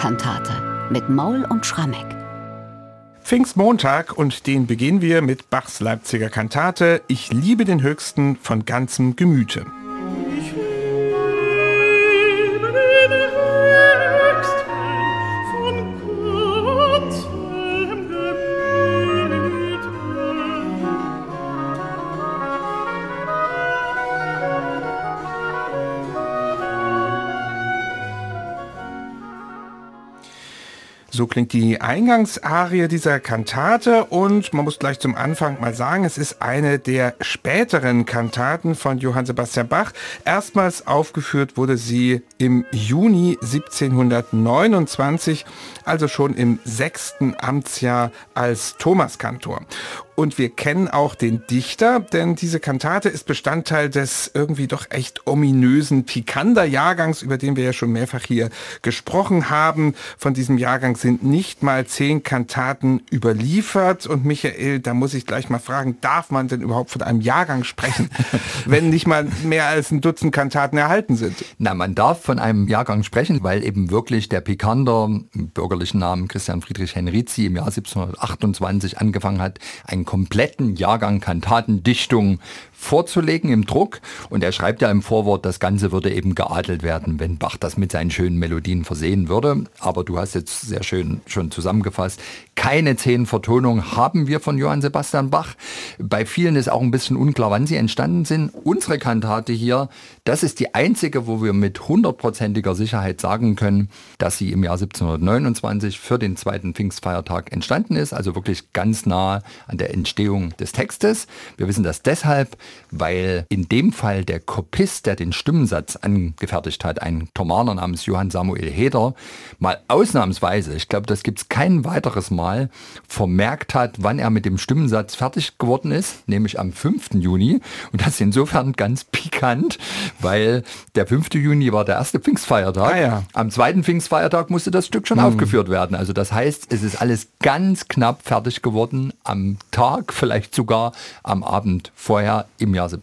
Osterkantate mit Maul und Schrammeck. Pfingstmontag und den beginnen wir mit Bachs Leipziger Kantate Ich liebe den Höchsten von ganzem Gemüte. So klingt die Eingangsarie dieser Kantate und man muss gleich zum Anfang mal sagen, es ist eine der späteren Kantaten von Johann Sebastian Bach. Erstmals aufgeführt wurde sie im Juni 1729, also schon im 6. Amtsjahr als Thomaskantor. Und wir kennen auch den Dichter, denn diese Kantate ist Bestandteil des irgendwie doch echt ominösen Picander-Jahrgangs, über den wir ja schon mehrfach hier gesprochen haben. Von diesem Jahrgang sind nicht mal 10 Kantaten überliefert. Und Michael, da muss ich gleich mal fragen, darf man denn überhaupt von einem Jahrgang sprechen, wenn nicht mal mehr als ein Dutzend Kantaten erhalten sind? Na, man darf von einem Jahrgang sprechen, weil eben wirklich der Picander, im bürgerlichen Namen Christian Friedrich Henrici, im Jahr 1728 angefangen hat, einen kompletten Jahrgang Kantatendichtung vorzulegen im Druck. Und er schreibt ja im Vorwort, das Ganze würde eben geadelt werden, wenn Bach das mit seinen schönen Melodien versehen würde. Aber du hast jetzt sehr schön schon zusammengefasst, keine 10 Vertonungen haben wir von Johann Sebastian Bach. Bei vielen ist auch ein bisschen unklar, wann sie entstanden sind. Unsere Kantate hier, das ist die einzige, wo wir mit 100%iger Sicherheit sagen können, dass sie im Jahr 1729 für den zweiten Pfingstfeiertag entstanden ist. Also wirklich ganz nah an der Entstehung des Textes. Wir wissen das deshalb, weil in dem Fall der Kopist, der den Stimmensatz angefertigt hat, ein Thomaner namens Johann Samuel Heder, mal ausnahmsweise, ich glaube, das gibt es kein weiteres Mal, vermerkt hat, wann er mit dem Stimmensatz fertig geworden ist, nämlich am 5. Juni. Und das ist insofern ganz pikant, weil der 5. Juni war der erste Pfingstfeiertag. Ah, ja. Am zweiten Pfingstfeiertag musste das Stück schon aufgeführt werden. Also das heißt, es ist alles ganz knapp fertig geworden am Tag, vielleicht sogar am Abend vorher im Jahr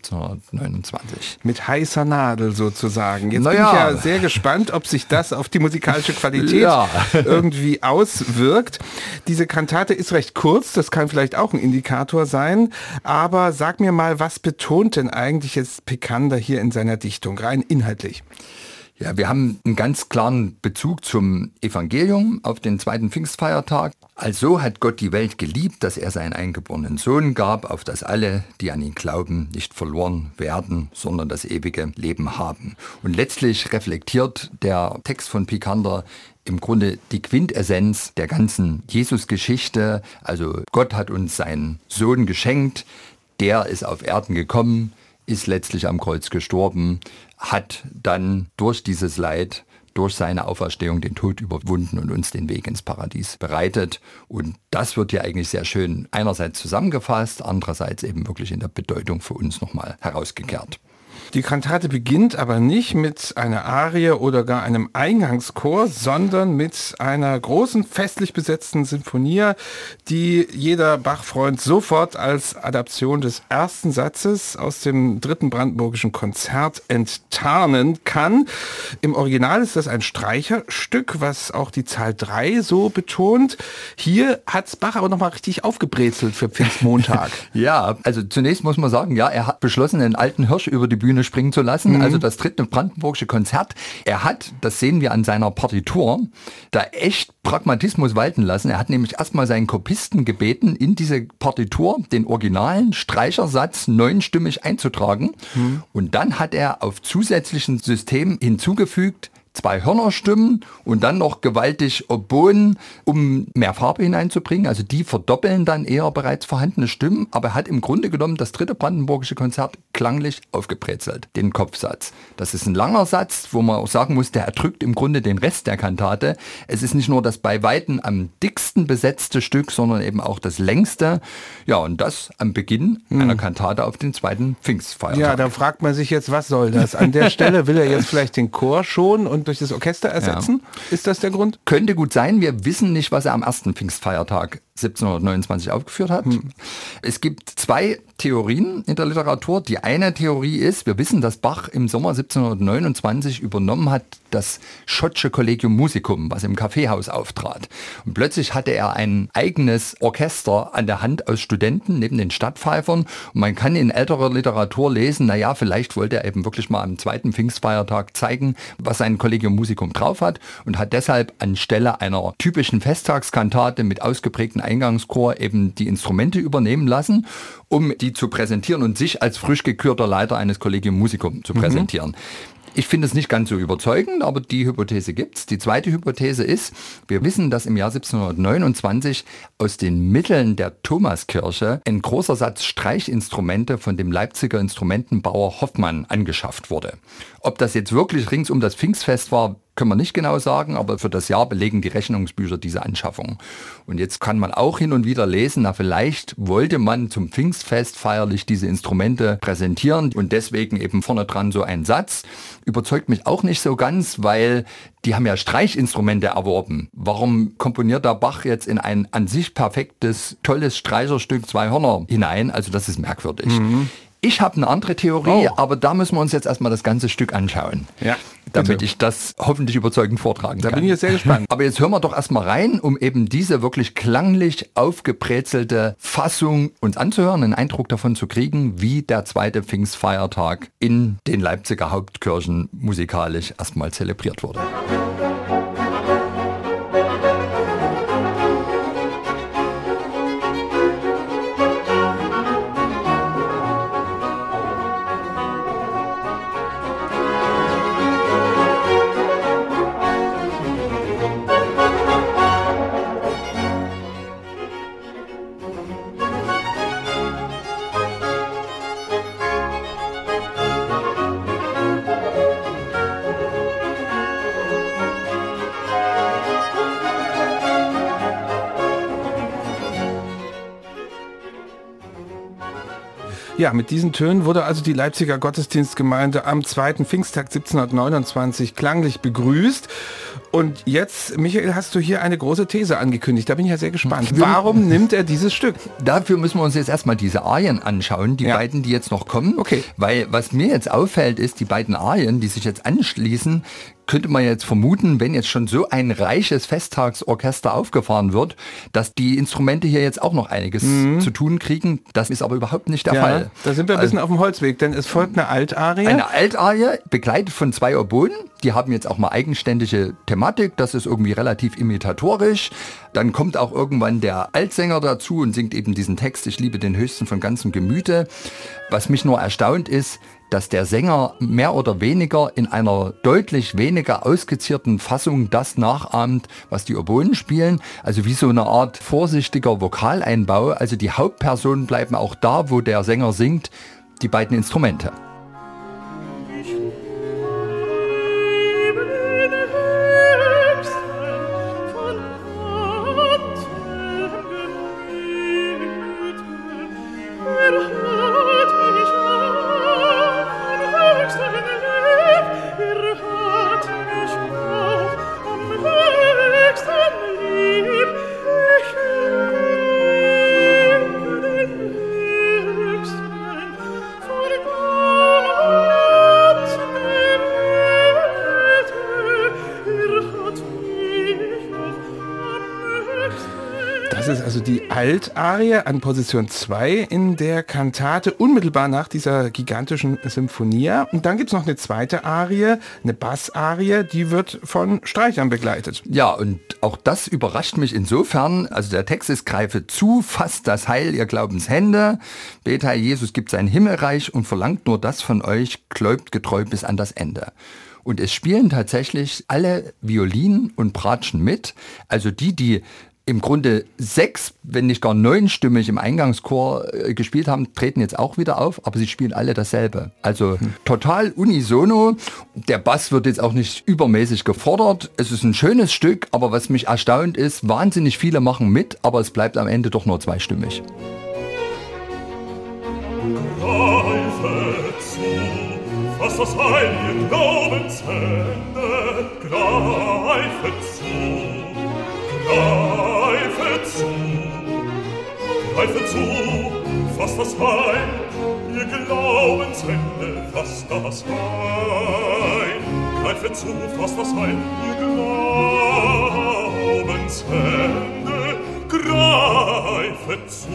1729. Mit heißer Nadel sozusagen. Jetzt bin ich ja sehr gespannt, ob sich das auf die musikalische Qualität irgendwie auswirkt. Diese Kantate ist recht kurz, das kann vielleicht auch ein Indikator sein. Aber sag mir mal, was betont denn eigentlich jetzt Picander hier in seiner Dichtung, rein inhaltlich? Ja, wir haben einen ganz klaren Bezug zum Evangelium auf den zweiten Pfingstfeiertag. Also hat Gott die Welt geliebt, dass er seinen eingeborenen Sohn gab, auf dass alle, die an ihn glauben, nicht verloren werden, sondern das ewige Leben haben. Und letztlich reflektiert der Text von Picander im Grunde die Quintessenz der ganzen Jesus-Geschichte. Also Gott hat uns seinen Sohn geschenkt, der ist auf Erden gekommen, ist letztlich am Kreuz gestorben, hat dann durch dieses Leid, durch seine Auferstehung den Tod überwunden und uns den Weg ins Paradies bereitet. Und das wird hier eigentlich sehr schön einerseits zusammengefasst, andererseits eben wirklich in der Bedeutung für uns nochmal herausgekehrt. Die Kantate beginnt aber nicht mit einer Arie oder gar einem Eingangschor, sondern mit einer großen, festlich besetzten Sinfonie, die jeder Bach-Freund sofort als Adaption des ersten Satzes aus dem 3. Brandenburgischen Konzert enttarnen kann. Im Original ist das ein Streicherstück, was auch die Zahl 3 so betont. Hier hat's Bach aber nochmal richtig aufgebrezelt für Pfingstmontag. Ja, also zunächst muss man sagen, ja, er hat beschlossen, den alten Hirsch über die Bühne springen zu lassen, also das 3. Brandenburgische Konzert. Er hat, das sehen wir an seiner Partitur, da echt Pragmatismus walten lassen. Er hat nämlich erstmal seinen Kopisten gebeten, in diese Partitur den originalen Streichersatz 9-stimmig einzutragen. Und dann hat er auf zusätzlichen Systemen hinzugefügt, 2 Hörnerstimmen und dann noch gewaltig Oboen, um mehr Farbe hineinzubringen. Also die verdoppeln dann eher bereits vorhandene Stimmen. Aber er hat im Grunde genommen das 3. Brandenburgische Konzert klanglich aufgebrezelt, den Kopfsatz. Das ist ein langer Satz, wo man auch sagen muss, der erdrückt im Grunde den Rest der Kantate. Es ist nicht nur das bei Weitem am dicksten besetzte Stück, sondern eben auch das längste. Ja, und das am Beginn einer Kantate auf den zweiten Pfingstfeiertag. Ja, da fragt man sich jetzt, was soll das? An der Stelle will er jetzt vielleicht den Chor schonen und durch das Orchester ersetzen? Ja. Ist das der Grund? Könnte gut sein. Wir wissen nicht, was er am ersten Pfingstfeiertag 1729 aufgeführt hat. Es gibt 2 Theorien in der Literatur. Die eine Theorie ist, wir wissen, dass Bach im Sommer 1729 übernommen hat das Schottsche Collegium Musicum, was im Kaffeehaus auftrat. Und plötzlich hatte er ein eigenes Orchester an der Hand aus Studenten neben den Stadtpfeifern. Und man kann in älterer Literatur lesen, naja, vielleicht wollte er eben wirklich mal am 2. Pfingstfeiertag zeigen, was sein Collegium Musicum drauf hat und hat deshalb anstelle einer typischen Festtagskantate mit ausgeprägtem Eingangschor eben die Instrumente übernehmen lassen, um die zu präsentieren und sich als frisch gekürter Leiter eines Collegium Musicum zu präsentieren. Ich finde es nicht ganz so überzeugend, aber die Hypothese gibt's. Die zweite Hypothese ist, wir wissen, dass im Jahr 1729 aus den Mitteln der Thomaskirche ein großer Satz Streichinstrumente von dem Leipziger Instrumentenbauer Hoffmann angeschafft wurde. Ob das jetzt wirklich rings um das Pfingstfest war, können wir nicht genau sagen, aber für das Jahr belegen die Rechnungsbücher diese Anschaffung. Und jetzt kann man auch hin und wieder lesen, na vielleicht wollte man zum Pfingstfest feierlich diese Instrumente präsentieren und deswegen eben vorne dran so ein Satz. Überzeugt mich auch nicht so ganz, weil die haben ja Streichinstrumente erworben. Warum komponiert der Bach jetzt in ein an sich perfektes, tolles Streicherstück 2 Hörner hinein? Also das ist merkwürdig. Ich habe eine andere Theorie, aber da müssen wir uns jetzt erstmal das ganze Stück anschauen, damit ich das hoffentlich überzeugend vortragen kann. Da bin ich jetzt sehr gespannt. Aber jetzt hören wir doch erstmal rein, um eben diese wirklich klanglich aufgebrezelte Fassung uns anzuhören, einen Eindruck davon zu kriegen, wie der 2. Pfingstfeiertag in den Leipziger Hauptkirchen musikalisch erstmal zelebriert wurde. Ja, mit diesen Tönen wurde also die Leipziger Gottesdienstgemeinde am 2. Pfingsttag 1729 klanglich begrüßt. Und jetzt, Michael, hast du hier eine große These angekündigt. Da bin ich ja sehr gespannt. Warum nimmt er dieses Stück? Dafür müssen wir uns jetzt erstmal diese Arien anschauen, die beiden, die jetzt noch kommen. Okay. Weil was mir jetzt auffällt, ist, die beiden Arien, die sich jetzt anschließen, könnte man jetzt vermuten, wenn jetzt schon so ein reiches Festtagsorchester aufgefahren wird, dass die Instrumente hier jetzt auch noch einiges zu tun kriegen. Das ist aber überhaupt nicht der Fall. Da sind wir ein bisschen auf dem Holzweg, denn es folgt eine Altarie. Eine Altarie, begleitet von 2 Oboen. Die haben jetzt auch mal eigenständige Thematik. Das ist irgendwie relativ imitatorisch. Dann kommt auch irgendwann der Altsänger dazu und singt eben diesen Text, ich liebe den Höchsten von ganzem Gemüte. Was mich nur erstaunt ist, dass der Sänger mehr oder weniger in einer deutlich weniger ausgezierten Fassung das nachahmt, was die Oboen spielen. Also wie so eine Art vorsichtiger Vokaleinbau. Also die Hauptpersonen bleiben auch da, wo der Sänger singt, die beiden Instrumente. Das ist also die Altarie an Position 2 in der Kantate, unmittelbar nach dieser gigantischen Symphonia. Und dann gibt es noch eine zweite Arie, eine Bassarie, die wird von Streichern begleitet. Ja, und auch das überrascht mich insofern. Also der Text ist, greife zu, fasst das Heil ihr Glaubenshände. Beta Jesus gibt sein Himmelreich und verlangt nur das von euch, gläubt getreu bis an das Ende. Und es spielen tatsächlich alle Violinen und Bratschen mit. Also die im Grunde 6, wenn nicht gar 9-stimmig im Eingangschor gespielt haben, treten jetzt auch wieder auf, aber sie spielen alle dasselbe. Also total unisono. Der Bass wird jetzt auch nicht übermäßig gefordert. Es ist ein schönes Stück, aber was mich erstaunt ist, wahnsinnig viele machen mit, aber es bleibt am Ende doch nur 2-stimmig. Greife zu, fass das Heil ihr Glaubenshände, greife zu, greife zu. greife zu, fasst das Heil, ihr Glaubensende, fasst das Heil. Greife zu, fasst das Heil, ihr Glaubenshände, greife zu,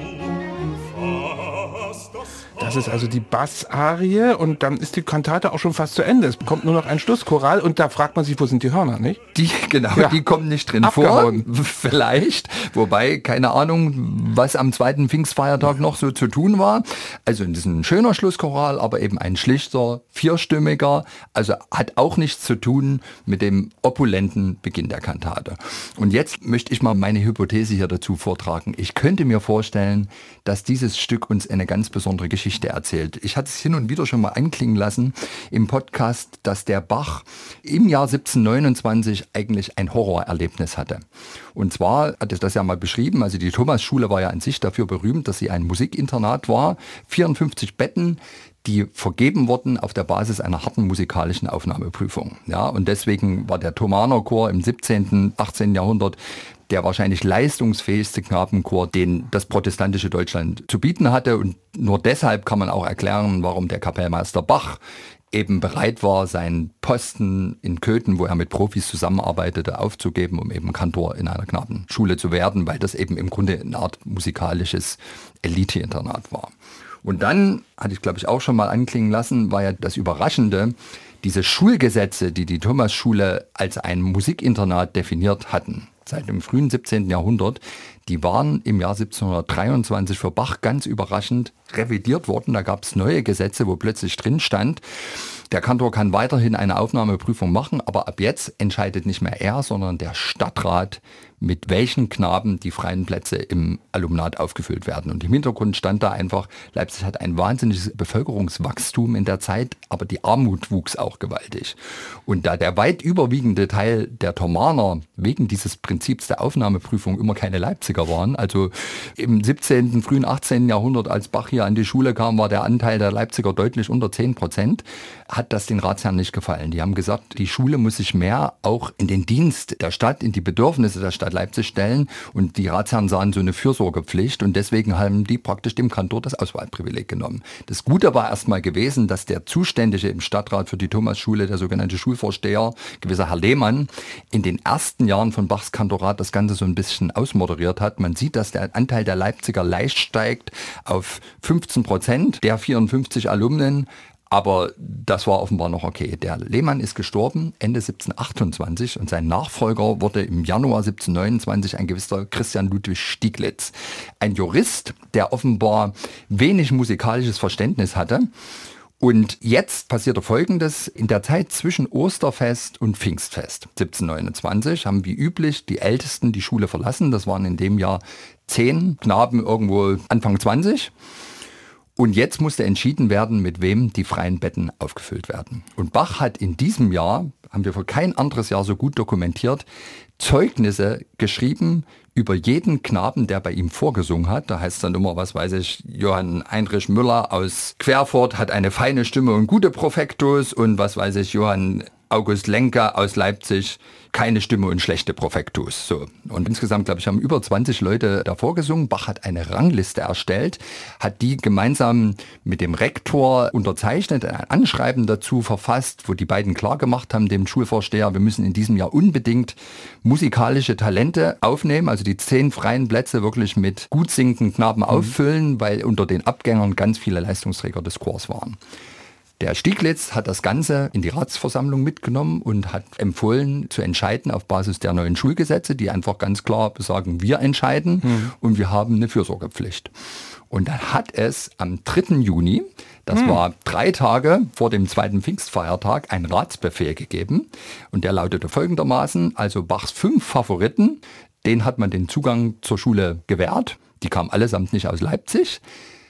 fasst das Heil. Das ist also die Bassarie und dann ist die Kantate auch schon fast zu Ende. Es kommt nur noch ein Schlusschoral und da fragt man sich, wo sind die Hörner, nicht? Die kommen nicht drin Abgehauen. vor. Vielleicht. Wobei, keine Ahnung, was am zweiten Pfingstfeiertag noch so zu tun war. Also das ist ein schöner Schlusschoral, aber eben ein schlichter, vierstimmiger. Also hat auch nichts zu tun mit dem opulenten Beginn der Kantate. Und jetzt möchte ich mal meine Hypothese hier dazu vortragen. Ich könnte mir vorstellen, dass dieses Stück uns eine ganz besondere Geschichte erzählt. Ich hatte es hin und wieder schon mal anklingen lassen im Podcast, dass der Bach im Jahr 1729 eigentlich ein Horrorerlebnis hatte. Und zwar hat er das ja mal beschrieben, also die Thomasschule war ja an sich dafür berühmt, dass sie ein Musikinternat war, 54 Betten, die vergeben wurden auf der Basis einer harten musikalischen Aufnahmeprüfung. Ja, und deswegen war der Thomanerchor im 17., 18. Jahrhundert der wahrscheinlich leistungsfähigste Knabenchor, den das protestantische Deutschland zu bieten hatte. Und nur deshalb kann man auch erklären, warum der Kapellmeister Bach eben bereit war, seinen Posten in Köthen, wo er mit Profis zusammenarbeitete, aufzugeben, um eben Kantor in einer Knabenschule zu werden, weil das eben im Grunde eine Art musikalisches Eliteinternat war. Und dann, hatte ich glaube ich auch schon mal anklingen lassen, war ja das Überraschende, diese Schulgesetze, die die Thomasschule als ein Musikinternat definiert hatten, seit dem frühen 17. Jahrhundert, die waren im Jahr 1723 für Bach ganz überraschend revidiert worden. Da gab es neue Gesetze, wo plötzlich drin stand, der Kantor kann weiterhin eine Aufnahmeprüfung machen, aber ab jetzt entscheidet nicht mehr er, sondern der Stadtrat, mit welchen Knaben die freien Plätze im Alumnat aufgefüllt werden. Und im Hintergrund stand da einfach, Leipzig hat ein wahnsinniges Bevölkerungswachstum in der Zeit, aber die Armut wuchs auch gewaltig. Und da der weit überwiegende Teil der Thomaner wegen dieses Prinzips der Aufnahmeprüfung immer keine Leipziger waren, also im 17., frühen 18. Jahrhundert, als Bach hier an die Schule kam, war der Anteil der Leipziger deutlich unter 10%, hat das den Ratsherren nicht gefallen. Die haben gesagt, die Schule muss sich mehr auch in den Dienst der Stadt, in die Bedürfnisse der Stadt Leipzig stellen, und die Ratsherren sahen so eine Fürsorgepflicht und deswegen haben die praktisch dem Kantor das Auswahlprivileg genommen. Das Gute war erstmal gewesen, dass der Zuständige im Stadtrat für die Thomasschule, der sogenannte Schulvorsteher, gewisser Herr Lehmann, in den ersten Jahren von Bachs Kantorat das Ganze so ein bisschen ausmoderiert hat. Man sieht, dass der Anteil der Leipziger leicht steigt auf 15% der 54 Alumnen. Aber das war offenbar noch okay. Der Lehmann ist gestorben Ende 1728 und sein Nachfolger wurde im Januar 1729 ein gewisser Christian Ludwig Stieglitz. Ein Jurist, der offenbar wenig musikalisches Verständnis hatte. Und jetzt passierte Folgendes: In der Zeit zwischen Osterfest und Pfingstfest 1729 haben wie üblich die Ältesten die Schule verlassen. Das waren in dem Jahr 10 Knaben irgendwo Anfang 20. Und jetzt musste entschieden werden, mit wem die freien Betten aufgefüllt werden. Und Bach hat in diesem Jahr, haben wir für kein anderes Jahr so gut dokumentiert, Zeugnisse geschrieben über jeden Knaben, der bei ihm vorgesungen hat. Da heißt es dann immer, was weiß ich, Johann Heinrich Müller aus Querfurt hat eine feine Stimme und gute Profektus, und was weiß ich, Johann August Lenke aus Leipzig, keine Stimme und schlechte Profektus. So. Und insgesamt, glaube ich, haben über 20 Leute davor gesungen. Bach hat eine Rangliste erstellt, hat die gemeinsam mit dem Rektor unterzeichnet, ein Anschreiben dazu verfasst, wo die beiden klar gemacht haben, dem Schulvorsteher, wir müssen in diesem Jahr unbedingt musikalische Talente aufnehmen, also die 10 freien Plätze wirklich mit gut singenden Knaben auffüllen, weil unter den Abgängern ganz viele Leistungsträger des Chors waren. Der Stieglitz hat das Ganze in die Ratsversammlung mitgenommen und hat empfohlen, zu entscheiden auf Basis der neuen Schulgesetze, die einfach ganz klar besagen, wir entscheiden und wir haben eine Fürsorgepflicht. Und dann hat es am 3. Juni, das war 3 Tage vor dem zweiten Pfingstfeiertag, einen Ratsbefehl gegeben. Und der lautete folgendermaßen: Also Bachs 5 Favoriten, denen hat man den Zugang zur Schule gewährt. Die kamen allesamt nicht aus Leipzig.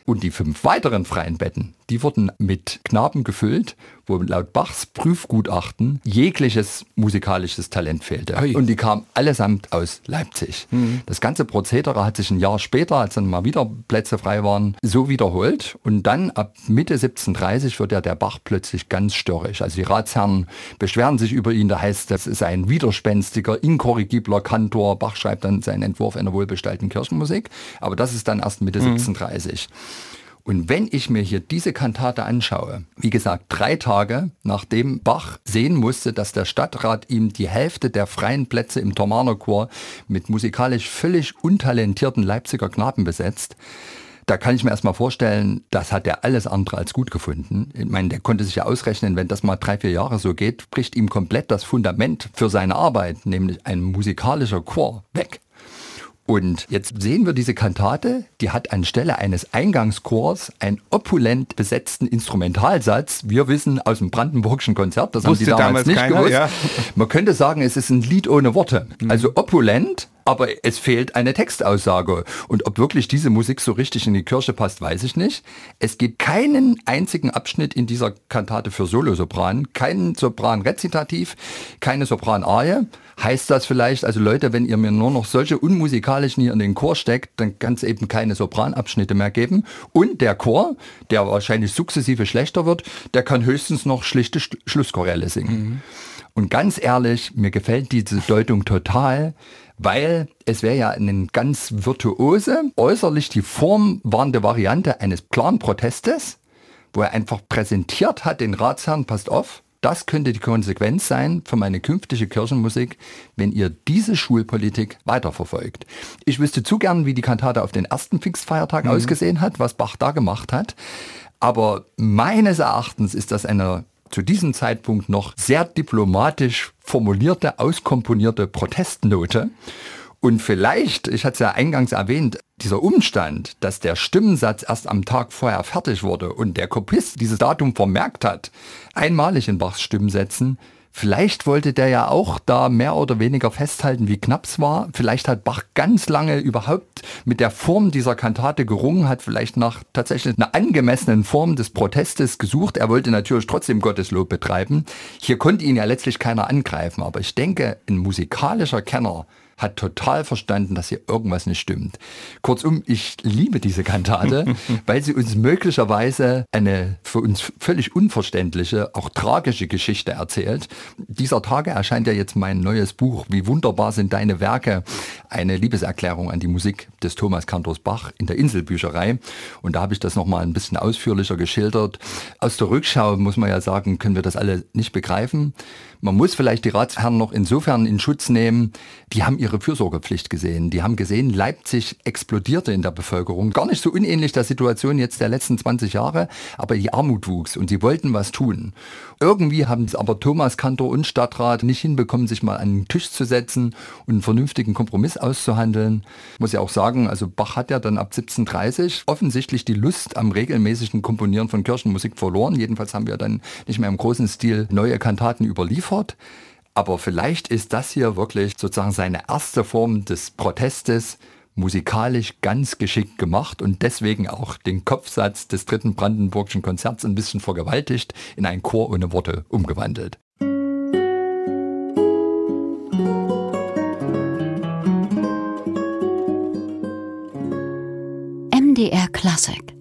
Und die 5 weiteren freien Betten, die wurden mit Knaben gefüllt, wo laut Bachs Prüfgutachten jegliches musikalisches Talent fehlte. Ui. Und die kamen allesamt aus Leipzig. Das ganze Prozedere hat sich ein Jahr später, als dann mal wieder Plätze frei waren, so wiederholt. Und dann ab Mitte 1730 wird der Bach plötzlich ganz störrisch. Also die Ratsherren beschweren sich über ihn, da heißt, das ist ein widerspenstiger, inkorrigibler Kantor. Bach schreibt dann seinen Entwurf einer wohlbestallten Kirchenmusik. Aber das ist dann erst Mitte 1730. Und wenn ich mir hier diese Kantate anschaue, wie gesagt, 3 Tage nachdem Bach sehen musste, dass der Stadtrat ihm die Hälfte der freien Plätze im Thomanerchor mit musikalisch völlig untalentierten Leipziger Knaben besetzt, da kann ich mir erstmal vorstellen, das hat er alles andere als gut gefunden. Ich meine, der konnte sich ja ausrechnen, wenn das mal 3-4 Jahre so geht, bricht ihm komplett das Fundament für seine Arbeit, nämlich ein musikalischer Chor, weg. Und jetzt sehen wir diese Kantate, die hat anstelle eines Eingangschors einen opulent besetzten Instrumentalsatz. Wir wissen aus dem Brandenburgischen Konzert, das haben die damals nicht keiner, gewusst. ja. Man könnte sagen, es ist ein Lied ohne Worte. Also opulent, aber es fehlt eine Textaussage. Und ob wirklich diese Musik so richtig in die Kirche passt, weiß ich nicht. Es gibt keinen einzigen Abschnitt in dieser Kantate für Solosopran, keinen Sopran-Rezitativ, keine Sopran-Arie. Heißt das vielleicht, also Leute, wenn ihr mir nur noch solche unmusikalischen hier in den Chor steckt, dann kann es eben keine Sopranabschnitte mehr geben. Und der Chor, der wahrscheinlich sukzessive schlechter wird, der kann höchstens noch schlichte Schlusschoräle singen. Und ganz ehrlich, mir gefällt diese Deutung total, weil es wäre ja eine ganz virtuose, äußerlich die formwahrende Variante eines klaren Protestes, wo er einfach präsentiert hat den Ratsherren, passt auf, das könnte die Konsequenz sein für meine künftige Kirchenmusik, wenn ihr diese Schulpolitik weiterverfolgt. Ich wüsste zu gern, wie die Kantate auf den ersten Pfingstfeiertag ausgesehen hat, was Bach da gemacht hat. Aber meines Erachtens ist das eine zu diesem Zeitpunkt noch sehr diplomatisch formulierte, auskomponierte Protestnote. Und vielleicht, ich hatte es ja eingangs erwähnt, dieser Umstand, dass der Stimmensatz erst am Tag vorher fertig wurde und der Kopist dieses Datum vermerkt hat, einmalig in Bachs Stimmsätzen, vielleicht wollte der ja auch da mehr oder weniger festhalten, wie knapp es war. Vielleicht hat Bach ganz lange überhaupt mit der Form dieser Kantate gerungen, hat vielleicht nach tatsächlich einer angemessenen Form des Protestes gesucht. Er wollte natürlich trotzdem Gotteslob betreiben. Hier konnte ihn ja letztlich keiner angreifen, aber ich denke, ein musikalischer Kenner hat total verstanden, dass hier irgendwas nicht stimmt. Kurzum, ich liebe diese Kantate, weil sie uns möglicherweise eine für uns völlig unverständliche, auch tragische Geschichte erzählt. Dieser Tage erscheint ja jetzt mein neues Buch, Wie wunderbar sind deine Werke, eine Liebeserklärung an die Musik des Thomas Cantors Bach in der Inselbücherei. Und da habe ich das nochmal ein bisschen ausführlicher geschildert. Aus der Rückschau muss man ja sagen, können wir das alle nicht begreifen. Man muss vielleicht die Ratsherren noch insofern in Schutz nehmen, die haben ihre Fürsorgepflicht gesehen. Die haben gesehen, Leipzig explodierte in der Bevölkerung. Gar nicht so unähnlich der Situation jetzt der letzten 20 Jahre, aber die Armut wuchs und sie wollten was tun. Irgendwie haben es aber Thomas Cantor und Stadtrat nicht hinbekommen, sich mal an den Tisch zu setzen und einen vernünftigen Kompromiss auszuhandeln. Ich muss ja auch sagen, also Bach hat ja dann ab 1730 offensichtlich die Lust am regelmäßigen Komponieren von Kirchenmusik verloren. Jedenfalls haben wir dann nicht mehr im großen Stil neue Kantaten überliefert. Aber vielleicht ist das hier wirklich sozusagen seine erste Form des Protestes, musikalisch ganz geschickt gemacht und deswegen auch den Kopfsatz des 3. Brandenburgischen Konzerts ein bisschen vergewaltigt, in einen Chor ohne Worte umgewandelt. MDR Klassik